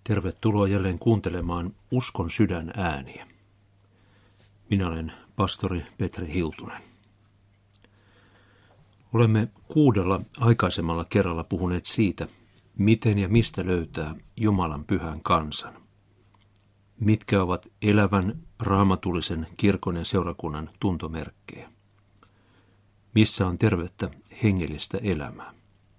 Tervetuloa jälleen kuuntelemaan Uskon sydän ääniä. Minä olen pastori Petri Hiltunen. Olemme 6 aikaisemmalla kerralla puhuneet siitä, miten ja mistä löytää Jumalan pyhän kansan. Mitkä ovat elävän raamatullisen kirkon ja seurakunnan tuntomerkkejä. Missä on tervettä hengellistä elämää.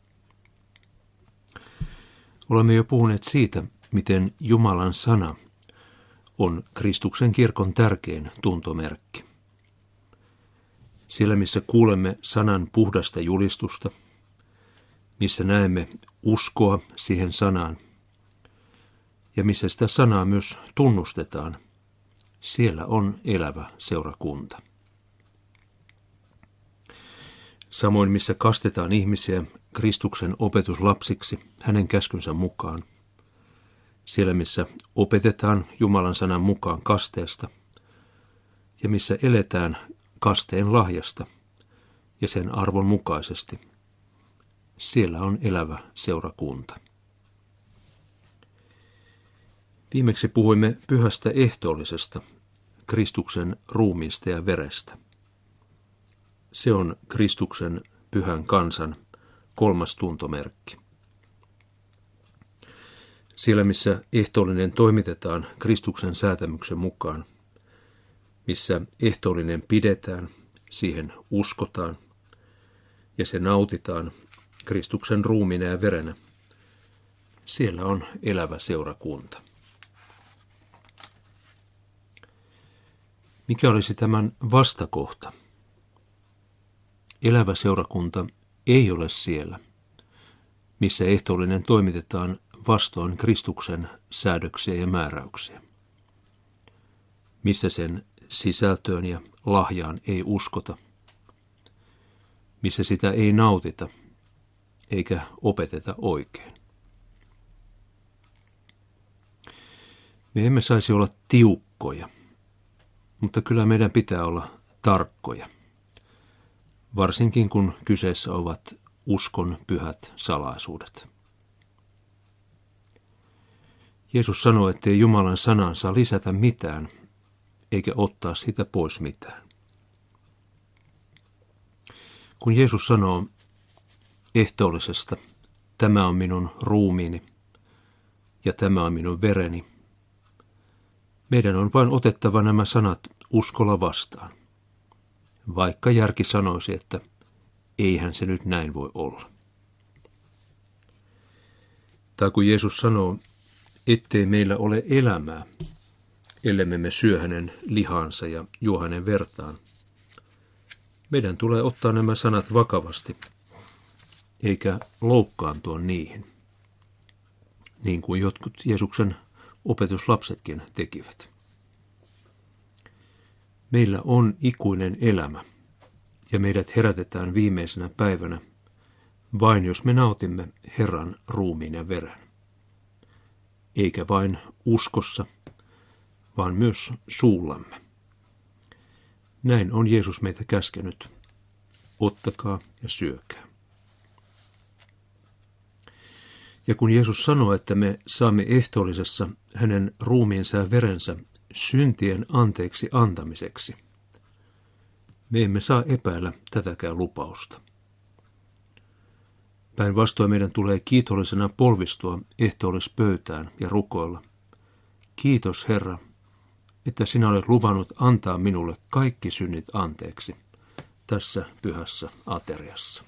Olemme jo puhuneet siitä, miten Jumalan sana on Kristuksen kirkon tärkein tuntomerkki. Siellä, missä kuulemme sanan puhdasta julistusta, missä näemme uskoa siihen sanaan ja missä sitä sanaa myös tunnustetaan, siellä on elävä seurakunta. Samoin missä kastetaan ihmisiä Kristuksen opetuslapsiksi hänen käskynsä mukaan, siellä missä opetetaan Jumalan sanan mukaan kasteesta ja missä eletään kasteen lahjasta ja sen arvon mukaisesti, siellä on elävä seurakunta. Viimeksi puhuimme pyhästä ehtoollisesta, Kristuksen ruumiista ja verestä. Se on Kristuksen pyhän kansan 3. tuntomerkki. Siellä, missä ehtoollinen toimitetaan Kristuksen säätämyksen mukaan, missä ehtoollinen pidetään, siihen uskotaan ja se nautitaan Kristuksen ruumiina ja verenä, siellä on elävä seurakunta. Mikä olisi tämän vastakohta? Elävä seurakunta ei ole siellä, missä ehtoollinen toimitetaan vastoin Kristuksen säädöksiä ja määräyksiä. Missä sen sisältöön ja lahjaan ei uskota. Missä sitä ei nautita eikä opeteta oikein. Me emme saisi olla tiukkoja, mutta kyllä meidän pitää olla tarkkoja. Varsinkin kun kyseessä ovat uskon pyhät salaisuudet. Jeesus sanoi, ettei Jumalan sanaan saa lisätä mitään, eikä ottaa sitä pois mitään. Kun Jeesus sanoo ehtoollisesta, tämä on minun ruumiini ja tämä on minun vereni, meidän on vain otettava nämä sanat uskolla vastaan. Vaikka järki sanoisi, että eihän se nyt näin voi olla. Tai kun Jeesus sanoo, ettei meillä ole elämää, ellemme me syö hänen lihansa ja juo hänen vertaan. Meidän tulee ottaa nämä sanat vakavasti, eikä loukkaantua niihin, niin kuin jotkut Jeesuksen opetuslapsetkin tekivät. Meillä on ikuinen elämä, ja meidät herätetään viimeisenä päivänä, vain jos me nautimme Herran ruumiin ja veren. Eikä vain uskossa, vaan myös suullamme. Näin on Jeesus meitä käskenyt. Ottakaa ja syökää. Ja kun Jeesus sanoo, että me saamme ehtoollisessa hänen ruumiinsa ja verensä syntien anteeksi antamiseksi, me emme saa epäillä tätäkään lupausta. Päinvastoin meidän tulee kiitollisena polvistua ehtoollispöytään ja rukoilla. Kiitos Herra, että sinä olet luvannut antaa minulle kaikki synnit anteeksi tässä pyhässä ateriassa.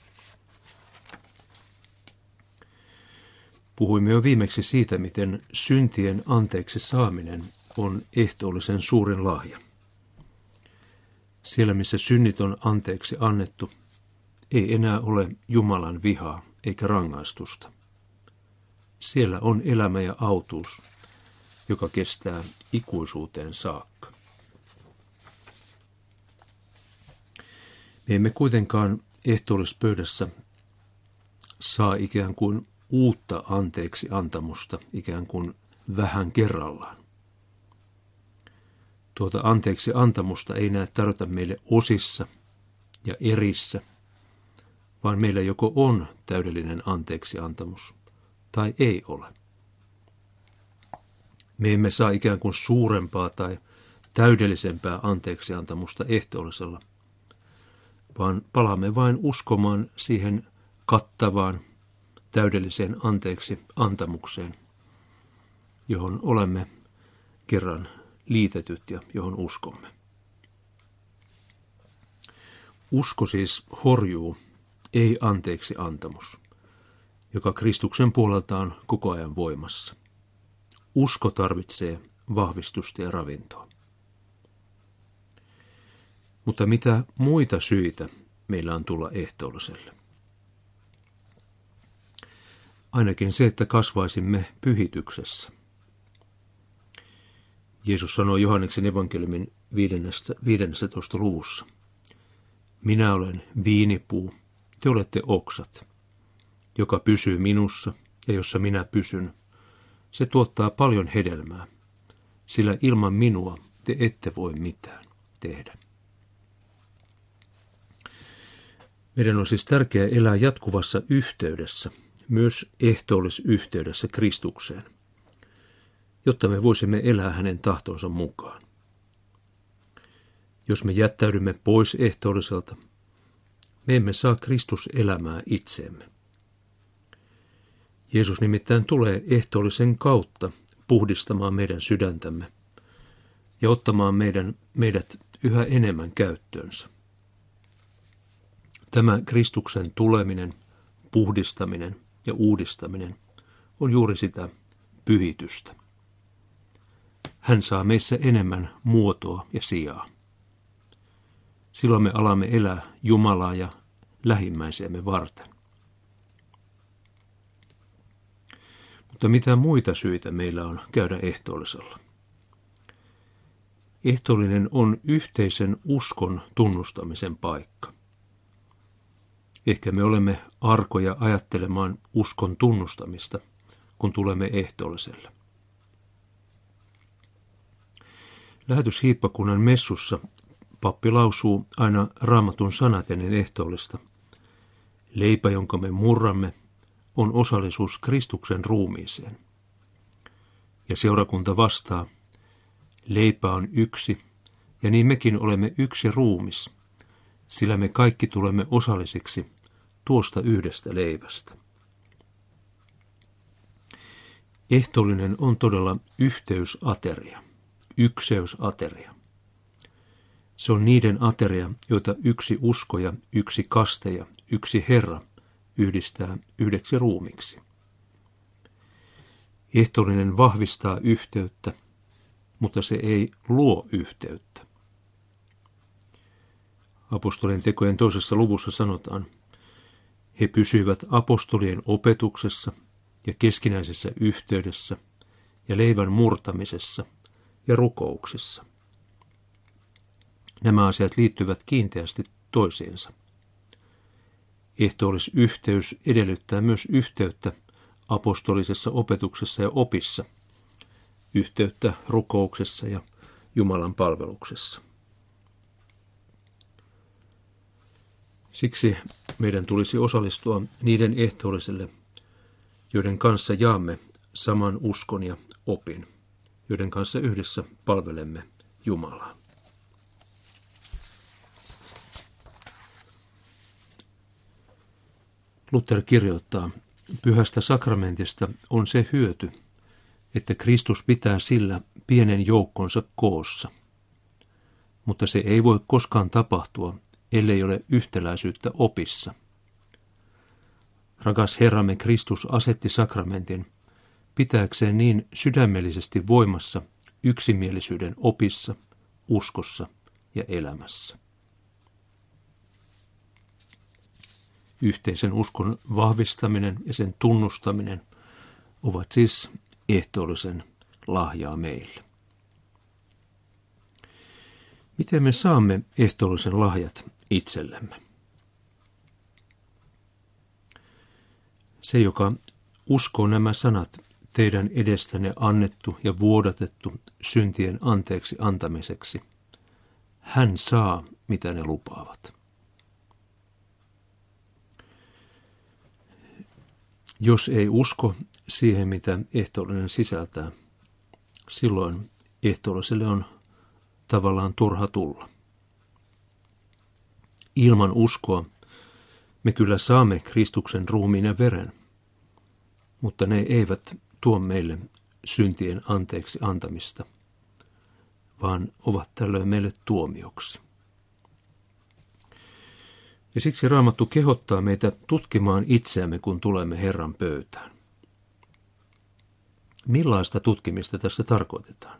Puhuimme jo viimeksi siitä, miten syntien anteeksi saaminen on ehtoollisen suurin lahja. Siellä, missä synnit on anteeksi annettu, ei enää ole Jumalan vihaa eikä rangaistusta. Siellä on elämä ja autuus, joka kestää ikuisuuteen saakka. Me emme kuitenkaan ehtoollispöydässä saa ikään kuin uutta anteeksi antamusta, ikään kuin vähän kerrallaan. Tuota anteeksi antamusta ei näe tarjota meille osissa ja erissä, vaan meillä joko on täydellinen anteeksiantamus tai ei ole. Me emme saa ikään kuin suurempaa tai täydellisempää anteeksiantamusta ehtoollisella, vaan palaamme vain uskomaan siihen kattavaan, täydelliseen anteeksi antamukseen, johon olemme kerran liitetyt ja johon uskomme. Usko siis horjuu, ei anteeksi antamus, joka Kristuksen puolelta on koko ajan voimassa. Usko tarvitsee vahvistusta ja ravintoa. Mutta mitä muita syitä meillä on tulla ehtoolliselle? Ainakin se, että kasvaisimme pyhityksessä. Jeesus sanoi Johanneksen evankeliumin 15. luvussa. Minä olen viinipuu, te olette oksat. Joka pysyy minussa ja jossa minä pysyn, se tuottaa paljon hedelmää, sillä ilman minua te ette voi mitään tehdä. Meidän on siis tärkeää elää jatkuvassa yhteydessä, myös ehtoollisyhteydessä Kristukseen, jotta me voisimme elää hänen tahtonsa mukaan. Jos me jättäydymme pois ehtoolliselta, me emme saa Kristuselämää itseemme. Jeesus nimittäin tulee ehtoollisen kautta puhdistamaan meidän sydäntämme ja ottamaan meidät yhä enemmän käyttöönsä. Tämä Kristuksen tuleminen, puhdistaminen ja uudistaminen on juuri sitä pyhitystä. Hän saa meissä enemmän muotoa ja sijaa. Silloin me alamme elää Jumalaa ja lähimmäisiämme varten. Mutta mitä muita syitä meillä on käydä ehtoollisella? Ehtoollinen on yhteisen uskon tunnustamisen paikka. Ehkä me olemme arkoja ajattelemaan uskon tunnustamista, kun tulemme ehtoolliselle. Lähetyshiippakunnan messussa pappi lausuu aina Raamatun sanat ennen ehtoollista. Leipä, jonka me murramme, on osallisuus Kristuksen ruumiiseen. Ja seurakunta vastaa, leipä on yksi, ja niin mekin olemme yksi ruumis, sillä me kaikki tulemme osallisiksi tuosta yhdestä leivästä. Ehtoollinen on todella yhteysateria, ykseysateria. Se on niiden ateria, joita yksi usko ja yksi kaste ja yksi Herra yhdistää yhdeksi ruumiksi. Ehtoollinen vahvistaa yhteyttä, mutta se ei luo yhteyttä. Apostolien tekojen 2. luvussa sanotaan, he pysyivät apostolien opetuksessa ja keskinäisessä yhteydessä ja leivän murtamisessa ja rukouksissa. Nämä asiat liittyvät kiinteästi toisiinsa. Ehtoollisyhteys edellyttää myös yhteyttä apostolisessa opetuksessa ja opissa, yhteyttä rukouksessa ja Jumalan palveluksessa. Siksi meidän tulisi osallistua niiden ehtoolliselle, joiden kanssa jaamme saman uskon ja opin, joiden kanssa yhdessä palvelemme Jumalaa. Luther kirjoittaa, pyhästä sakramentista on se hyöty, että Kristus pitää sillä pienen joukkonsa koossa. Mutta se ei voi koskaan tapahtua, ellei ole yhtäläisyyttä opissa. Rakas Herramme Kristus asetti sakramentin pitääkseen niin sydämellisesti voimassa yksimielisyyden opissa, uskossa ja elämässä. Yhteisen uskon vahvistaminen ja sen tunnustaminen ovat siis ehtoollisen lahjaa meille. Miten me saamme ehtoollisen lahjat itsellemme? Se, joka uskoo nämä sanat, teidän edestänne annettu ja vuodatettu syntien anteeksi antamiseksi, hän saa, mitä ne lupaavat. Jos ei usko siihen, mitä ehtoollinen sisältää, silloin ehtoolliselle on tavallaan turha tulla. Ilman uskoa me kyllä saamme Kristuksen ruumiin ja veren, mutta ne eivät tuo meille syntien anteeksi antamista, vaan ovat tällöin meille tuomioksi. Ja siksi Raamattu kehottaa meitä tutkimaan itseämme, kun tulemme Herran pöytään. Millaista tutkimista tässä tarkoitetaan?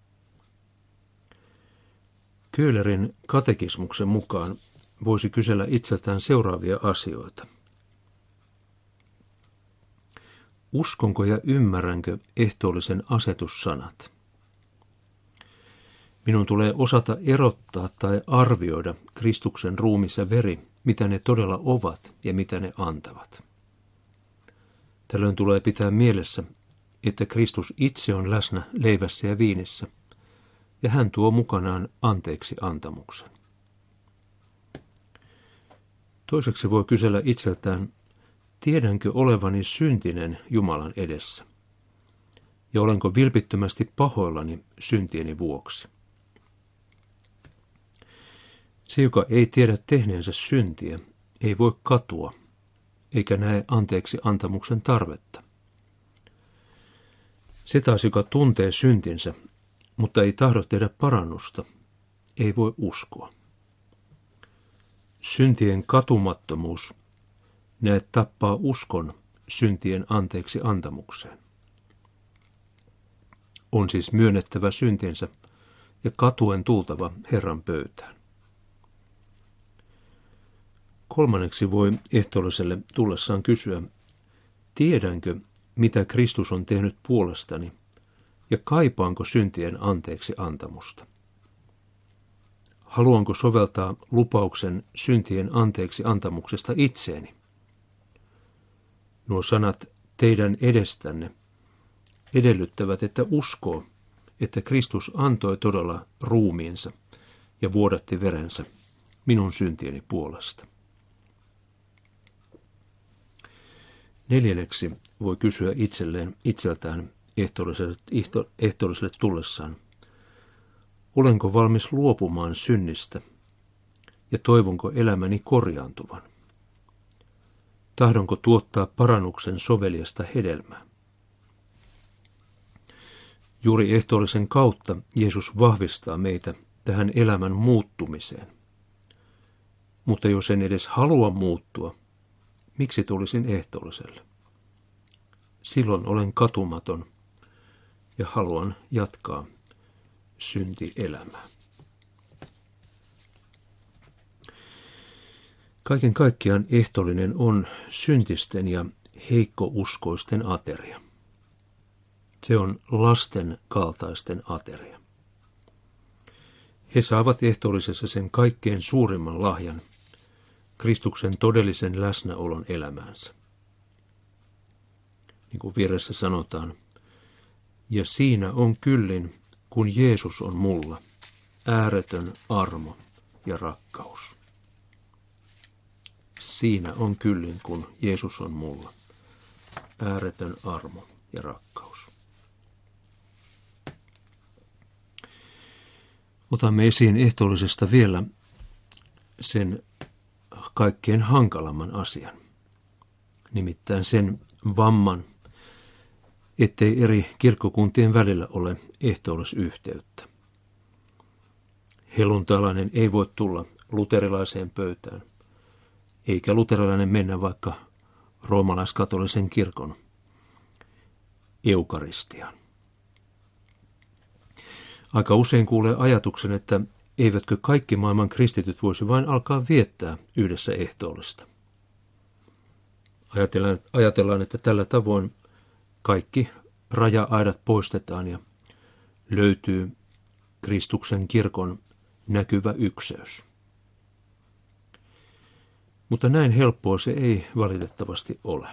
Köhlerin katekismuksen mukaan voisi kysellä itseltään seuraavia asioita. Uskonko ja ymmärränkö ehtoollisen asetussanat? Minun tulee osata erottaa tai arvioida Kristuksen ruumis ja veri, mitä ne todella ovat ja mitä ne antavat. Tällöin tulee pitää mielessä, että Kristus itse on läsnä leivässä ja viinissä, ja hän tuo mukanaan anteeksi antamuksen. Toiseksi voi kysellä itseltään, tiedänkö olevani syntinen Jumalan edessä, ja olenko vilpittömästi pahoillani syntieni vuoksi. Se, joka ei tiedä tehneensä syntiä, ei voi katua, eikä näe anteeksi antamuksen tarvetta. Se taas, joka tuntee syntinsä, mutta ei tahdo tehdä parannusta, ei voi uskoa. Syntien katumattomuus näet tappaa uskon syntien anteeksi antamukseen. On siis myönnettävä syntinsä ja katuen tultava Herran pöytään. Kolmanneksi voi ehtoolliselle tullessaan kysyä, tiedänkö, mitä Kristus on tehnyt puolestani, ja kaipaanko syntien anteeksi antamusta? Haluanko soveltaa lupauksen syntien anteeksi antamuksesta itseeni? Nuo sanat teidän edestänne edellyttävät, että uskoo, että Kristus antoi todella ruumiinsa ja vuodatti verensä minun syntieni puolesta. Neljänneksi voi kysyä itseltään ehtoolliselle tullessaan, olenko valmis luopumaan synnistä ja toivonko elämäni korjaantuvan? Tahdonko tuottaa parannuksen soveliasta hedelmää? Juuri ehtoollisen kautta Jeesus vahvistaa meitä tähän elämän muuttumiseen. Mutta jos en edes halua muuttua, miksi tulisin ehtoolliselle? Silloin olen katumaton ja haluan jatkaa syntielämää. Kaiken kaikkiaan ehtoollinen on syntisten ja heikkouskoisten ateria. Se on lasten kaltaisten ateria. He saavat ehtoollisessa sen kaikkein suurimman lahjan, Kristuksen todellisen läsnäolon elämäänsä. Niin kuin vieressä sanotaan, ja siinä on kyllin, kun Jeesus on mulla, ääretön armo ja rakkaus. Siinä on kyllin, kun Jeesus on mulla, ääretön armo ja rakkaus. Otamme esiin ehtoollisesta vielä sen kaikkein hankalamman asian, nimittäin sen vamman, ettei eri kirkkokuntien välillä ole ehtoollisyhteyttä. Helluntalainen ei voi tulla luterilaiseen pöytään, eikä luterilainen mennä vaikka roomalaiskatolisen kirkon eukaristiaan. Aika usein kuulee ajatuksen, että eivätkö kaikki maailman kristityt voisi vain alkaa viettää yhdessä ehtoollista. Ajatellaan, että tällä tavoin kaikki raja-aidat poistetaan ja löytyy Kristuksen kirkon näkyvä ykseys. Mutta näin helppoa se ei valitettavasti ole.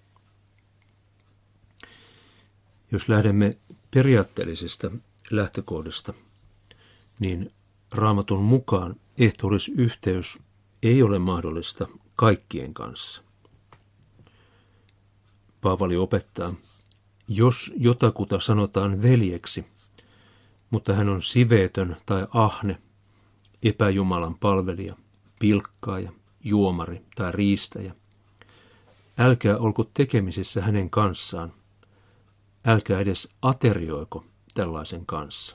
Jos lähdemme periaatteellisesta lähtökohdasta, niin Raamatun mukaan ehtoollisyhteys ei ole mahdollista kaikkien kanssa. Paavali opettaa, jos jotakuta sanotaan veljeksi, mutta hän on siveetön tai ahne, epäjumalan palvelija, pilkkaaja, juomari tai riistäjä. Älkää olko tekemisissä hänen kanssaan, älkää edes aterioiko tällaisen kanssa.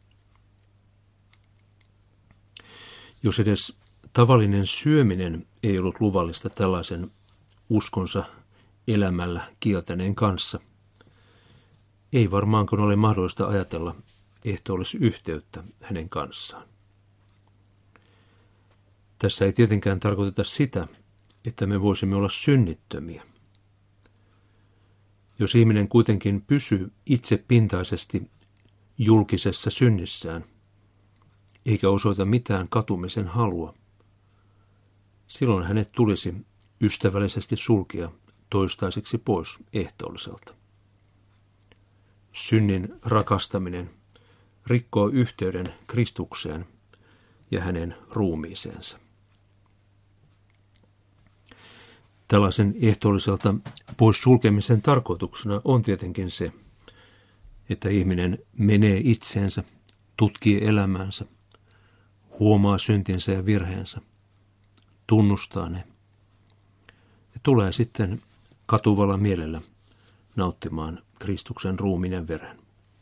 Jos edes tavallinen syöminen ei ollut luvallista tällaisen uskonsa elämällä kieltäneen kanssa, ei varmaankaan ole mahdollista ajatella ehtoollisyhteyttä hänen kanssaan. Tässä ei tietenkään tarkoiteta sitä, että me voisimme olla synnittömiä. Jos ihminen kuitenkin pysyy itsepintaisesti julkisessa synnissään, eikä osoita mitään katumisen halua, silloin hänet tulisi ystävällisesti sulkea toistaiseksi pois ehtoolliselta. Synnin rakastaminen rikkoo yhteyden Kristukseen ja hänen ruumiiseensa. Tällaisen ehtoolliselta pois sulkemisen tarkoituksena on tietenkin se, että ihminen menee itseensä, tutkii elämäänsä, huomaa syntinsä ja virheensä, tunnustaa ne ja tulee sitten katuvalla mielellä nauttimaan Kristuksen ruumiin ja veren.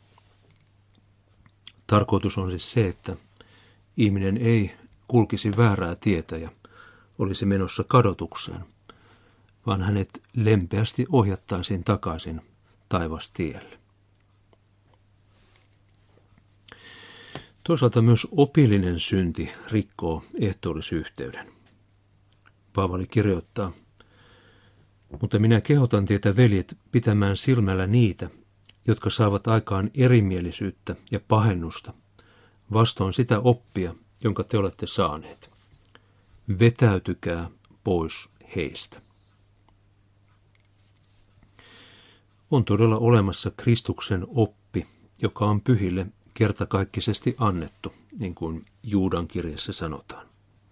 Tarkoitus on siis se, että ihminen ei kulkisi väärää tietä ja olisi menossa kadotukseen, vaan hänet lempeästi ohjattaisiin takaisin taivastielle. Toisaalta myös opillinen synti rikkoo ehtoollisyhteyden. Paavali kirjoittaa, mutta minä kehotan teitä, veljet, pitämään silmällä niitä, jotka saavat aikaan erimielisyyttä ja pahennusta, vastoin sitä oppia, jonka te olette saaneet. Vetäytykää pois heistä. On todella olemassa Kristuksen oppi, joka on pyhille kertakaikkisesti annettu, niin kuin Juudan kirjassa sanotaan.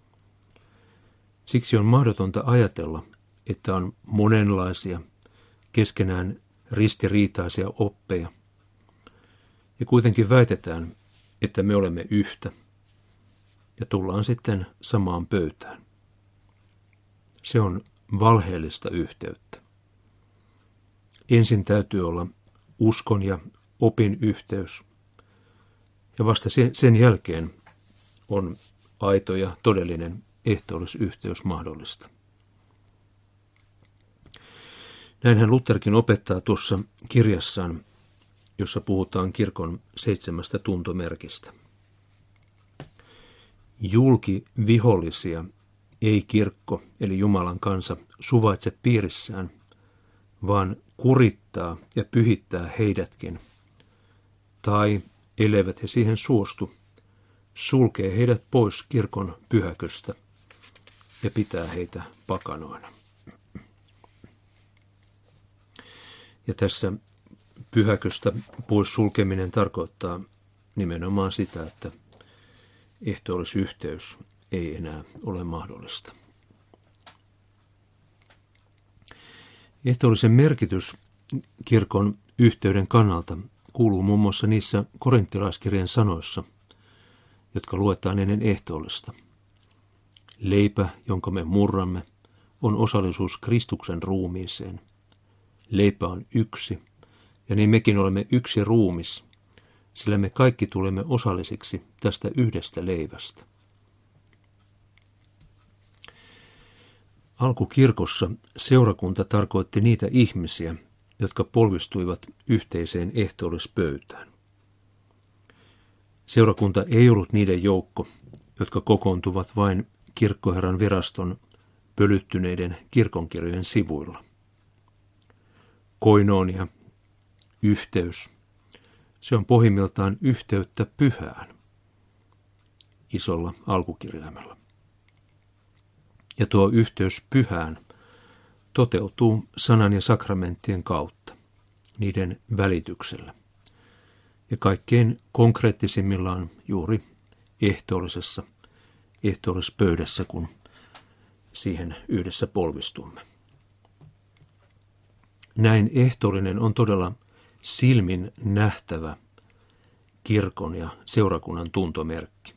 Siksi on mahdotonta ajatella, että on monenlaisia, keskenään ristiriitaisia oppeja, ja kuitenkin väitetään, että me olemme yhtä, ja tullaan sitten samaan pöytään. Se on valheellista yhteyttä. Ensin täytyy olla uskon ja opin yhteys, ja vasta sen jälkeen on aito ja todellinen ehtoollisyhteys mahdollista. Näinhän Lutherkin opettaa tuossa kirjassaan, jossa puhutaan kirkon 7 tuntomerkistä. Julki vihollisia ei kirkko, eli Jumalan kansa, suvaitse piirissään, vaan kurittaa ja pyhittää heidätkin, tai elevät he siihen suostu, sulkee heidät pois kirkon pyhäköstä ja pitää heitä pakanoina. Ja tässä pyhäköstä pois sulkeminen tarkoittaa nimenomaan sitä, että ehtoollisyhteys ei enää ole mahdollista. Ehtoollisen merkitys kirkon yhteyden kannalta kuuluu muun muassa niissä korinttilaiskirjeen sanoissa, jotka luetaan ennen ehtoollista. Leipä, jonka me murramme, on osallisuus Kristuksen ruumiiseen. Leipä on yksi, ja niin mekin olemme yksi ruumis, sillä me kaikki tulemme osallisiksi tästä yhdestä leivästä. Alkukirkossa seurakunta tarkoitti niitä ihmisiä, jotka polvistuivat yhteiseen ehtoollispöytään. Seurakunta ei ollut niiden joukko, jotka kokoontuvat vain kirkkoherran viraston pölyttyneiden kirkonkirjojen sivuilla. Koinoonia, yhteys, se on pohjimmiltaan yhteyttä pyhään, isolla alkukirjaimella. Ja tuo yhteys pyhään toteutuu sanan ja sakramenttien kautta, niiden välityksellä. Ja kaikkein konkreettisimmillaan juuri ehtoollispöydässä, kun siihen yhdessä polvistumme. Näin ehtoollinen on todella silmin nähtävä, kirkon ja seurakunnan tuntomerkki.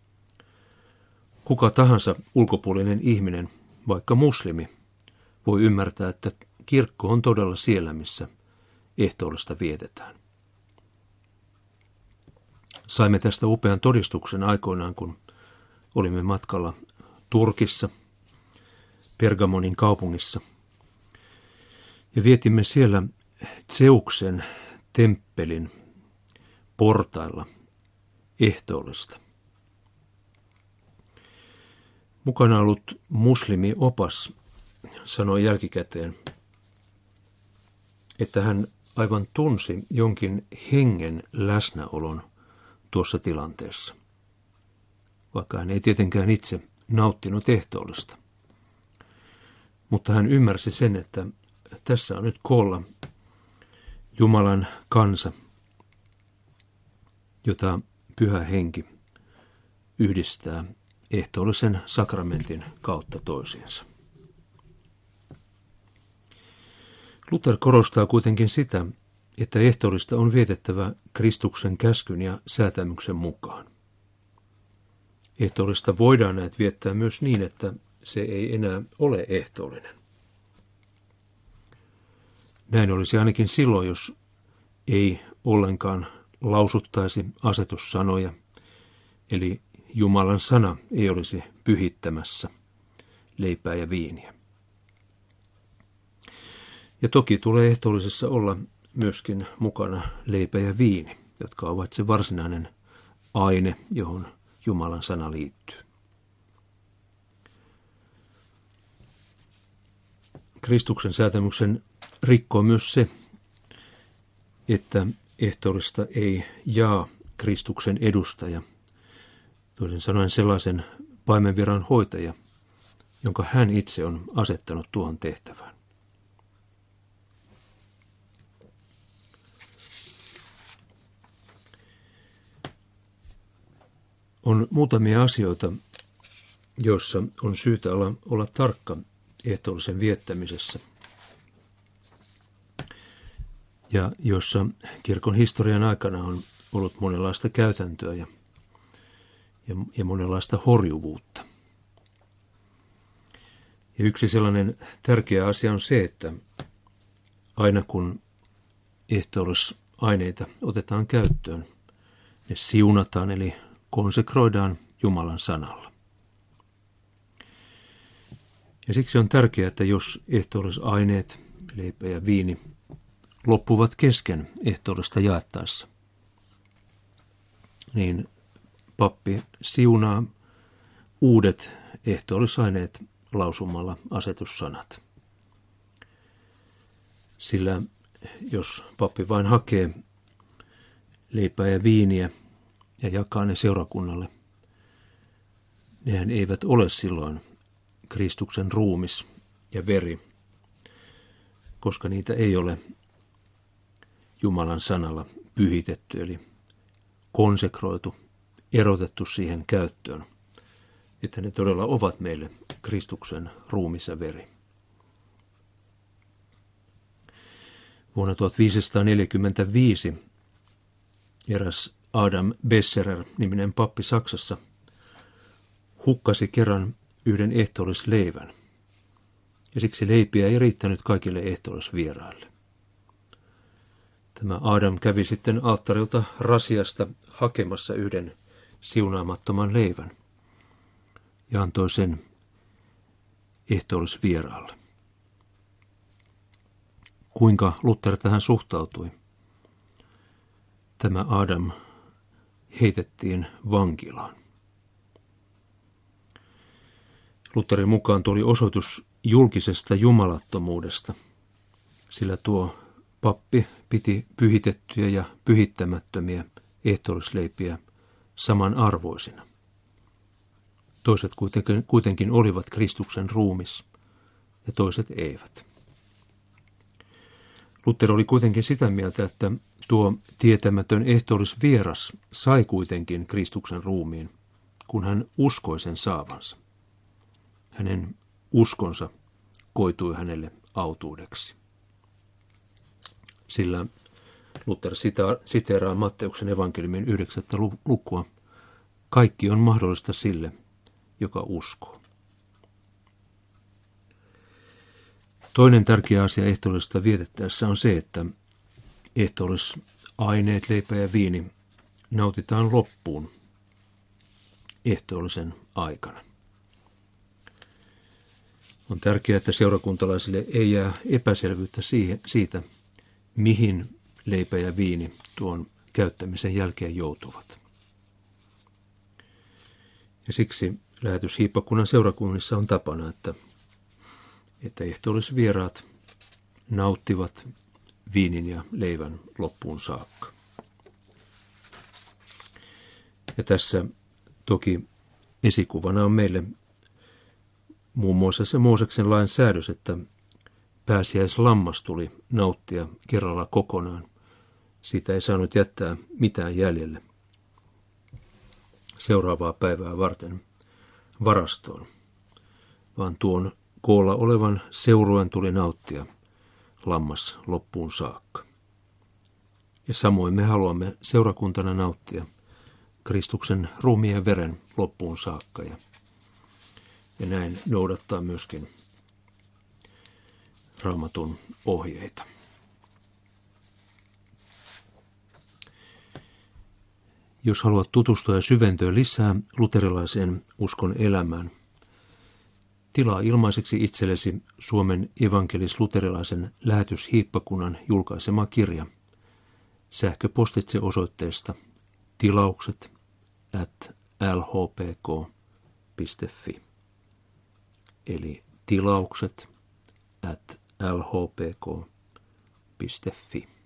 Kuka tahansa ulkopuolinen ihminen, vaikka muslimi, voi ymmärtää, että kirkko on todella siellä, missä ehtoollista vietetään. Saimme tästä upean todistuksen aikoinaan, kun olimme matkalla Turkissa, Pergamonin kaupungissa, ja vietimme siellä Zeuksen temppelin portailla ehtoollista. Mukana ollut muslimiopas sanoi jälkikäteen, että hän aivan tunsi jonkin hengen läsnäolon tuossa tilanteessa, vaikka hän ei tietenkään itse nauttinut ehtoollista. Mutta hän ymmärsi sen, että tässä on nyt koolla Jumalan kansa, jota Pyhä Henki yhdistää ehtoollisen sakramentin kautta toisiinsa. Luther korostaa kuitenkin sitä, että ehtoollista on vietettävä Kristuksen käskyn ja säätämyksen mukaan. Ehtoollista voidaan näet viettää myös niin, että se ei enää ole ehtoollinen. Näin olisi ainakin silloin, jos ei ollenkaan lausuttaisi asetussanoja, eli Jumalan sana ei olisi pyhittämässä leipää ja viiniä. Ja toki tulee ehtoollisessa olla myöskin mukana leipä ja viini, jotka ovat se varsinainen aine, johon Jumalan sana liittyy. Kristuksen säätämyksen rikkoo myös se, että ehtoollista ei jaa Kristuksen edustaja, toisin sanoen sellaisen paimenviran hoitaja, jonka hän itse on asettanut tuohon tehtävään. On muutamia asioita, joissa on syytä olla tarkka ehtoollisen viettämisessä, ja jossa kirkon historian aikana on ollut monenlaista käytäntöä ja monenlaista horjuvuutta. Ja yksi sellainen tärkeä asia on se, että aina kun ehtoollisaineita otetaan käyttöön, ne siunataan eli konsekroidaan Jumalan sanalla. Ja siksi on tärkeää, että jos ehtoollisaineet, leipä ja viini, loppuvat kesken ehtoollista jaettaessa, niin pappi siunaa uudet ehtoollisaineet lausumalla asetussanat. Sillä jos pappi vain hakee leipää ja viiniä ja jakaa ne seurakunnalle, nehän eivät ole silloin Kristuksen ruumis ja veri, koska niitä ei ole Jumalan sanalla pyhitetty, eli konsekroitu, erotettu siihen käyttöön, että ne todella ovat meille Kristuksen ruumis ja veri. Vuonna 1545 eräs Adam Besserer-niminen pappi Saksassa hukkasi kerran yhden ehtoollisleivän, ja siksi leipiä ei riittänyt kaikille ehtoollisvieraille. Tämä Adam kävi sitten alttarilta rasiasta hakemassa yhden siunaamattoman leivän ja antoi sen ehtoollisvieraalle. Kuinka Luther tähän suhtautui? Tämä Adam heitettiin vankilaan. Lutherin mukaan tuli osoitus julkisesta jumalattomuudesta, sillä tuo pappi piti pyhitettyjä ja pyhittämättömiä ehtoollisleipiä samanarvoisina. Toiset kuitenkin olivat Kristuksen ruumis ja toiset eivät. Luther oli kuitenkin sitä mieltä, että tuo tietämätön ehtoollisvieras sai kuitenkin Kristuksen ruumiin, kun hän uskoi sen saavansa. Hänen uskonsa koitui hänelle autuudeksi. Sillä Luther siteeraa Matteuksen evankeliumin 9. lukua. Kaikki on mahdollista sille, joka uskoo. Toinen tärkeä asia ehtoollisesta vietettäessä on se, että ehtoollisaineet, leipä ja viini nautitaan loppuun ehtoollisen aikana. On tärkeää, että seurakuntalaisille ei jää epäselvyyttä siitä, mihin leipä ja viini tuon käyttämisen jälkeen joutuvat. Ja siksi lähetyshiippakunnan seurakunnissa on tapana, että ehtoollisvieraat nauttivat viinin ja leivän loppuun saakka. Ja tässä toki esikuvana on meille muun muassa se Mooseksen lain säädös, että pääsiäislammas tuli nauttia kerralla kokonaan. Siitä ei saanut jättää mitään jäljelle seuraavaa päivää varten varastoon, vaan tuon koolla olevan seurueen tuli nauttia lammas loppuun saakka. Ja samoin me haluamme seurakuntana nauttia Kristuksen ruumiin ja veren loppuun saakka ja näin noudattaa myöskin Raamatun ohjeita. Jos haluat tutustua ja syventyä lisää luterilaiseen uskon elämään, tilaa ilmaiseksi itsellesi Suomen evankelis-luterilaisen lähetyshiippakunnan julkaisema kirja sähköpostitse osoitteesta tilaukset@lhpk.fi. Eli tilaukset@lhpk.fi.